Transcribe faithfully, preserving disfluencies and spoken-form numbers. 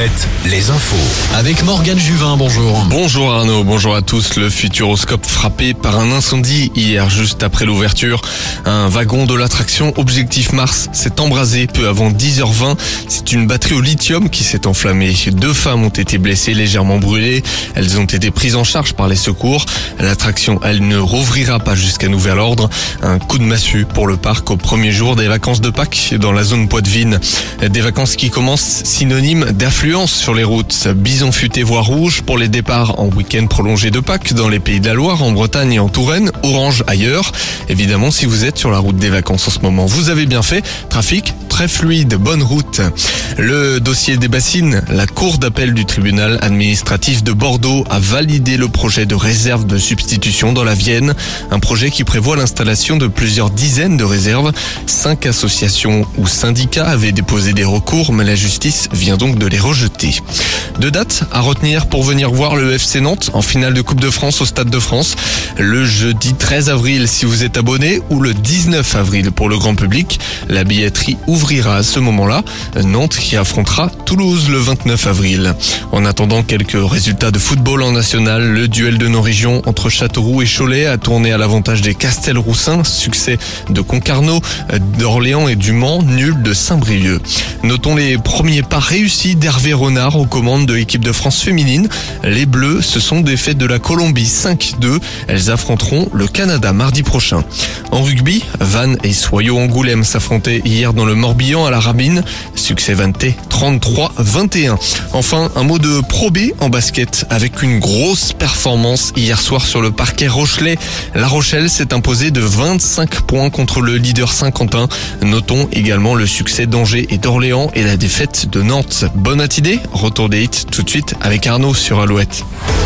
Alouette, les infos. Avec Morgane Juvin, bonjour. Bonjour Arnaud, bonjour à tous. Le Futuroscope frappé par un incendie hier juste après l'ouverture. Un wagon de l'attraction Objectif Mars s'est embrasé peu avant dix heures vingt. C'est une batterie au lithium qui s'est enflammée. Deux femmes ont été blessées, légèrement brûlées. Elles ont été prises en charge par les secours. L'attraction, elle ne rouvrira pas jusqu'à nouvel ordre. Un coup de massue pour le parc au premier jour des vacances de Pâques dans la zone Poitevine. Des vacances qui commencent synonyme d'affluence sur les routes. Bison futé voie rouge pour les départs en week-end prolongé de Pâques dans les Pays de la Loire, en Bretagne et en Touraine. Orange ailleurs. Évidemment, si vous êtes sur la route des vacances en ce moment, vous avez bien fait. Trafic très fluide, bonne route. Le dossier des bassines, la cour d'appel du tribunal administratif de Bordeaux a validé le projet de réserve de substitution dans la Vienne. Un projet qui prévoit l'installation de plusieurs dizaines de réserves. Cinq associations ou syndicats avaient déposé des recours, mais la justice vient donc de les rejeter. Deux dates à retenir pour venir voir le F C Nantes en finale de Coupe de France au Stade de France. Le jeudi treize avril si vous êtes abonné ou le dix-neuf avril pour le grand public. La billetterie ouvrira à ce moment-là. Nantes qui affrontera Toulouse le vingt-neuf avril. En attendant quelques résultats de football en national, le duel de nos régions entre Châteauroux et Cholet a tourné à l'avantage des Castelroussins. Succès de Concarneau, d'Orléans et du Mans, nul de Saint-Brieuc. Notons les premiers pas réussis d'Hervé Renard aux commandes de l'équipe de France féminine. Les Bleus se sont défaites de la Colombie cinq deux. Elles affronteront le Canada mardi prochain. En rugby, Vannes et Soyaux Angoulême s'affrontaient hier dans le Morbihan à la Rabine. Succès vantais trente-trois vingt et un. Enfin, un mot de Pro B en basket avec une grosse performance hier soir sur le parquet rochelais. La Rochelle s'est imposée de vingt-cinq points contre le leader Saint-Quentin. Notons également le succès d'Angers et d'Orléans et la défaite de Nantes. Bonne matinée, retour des hits tout de suite avec Arnaud sur Alouette.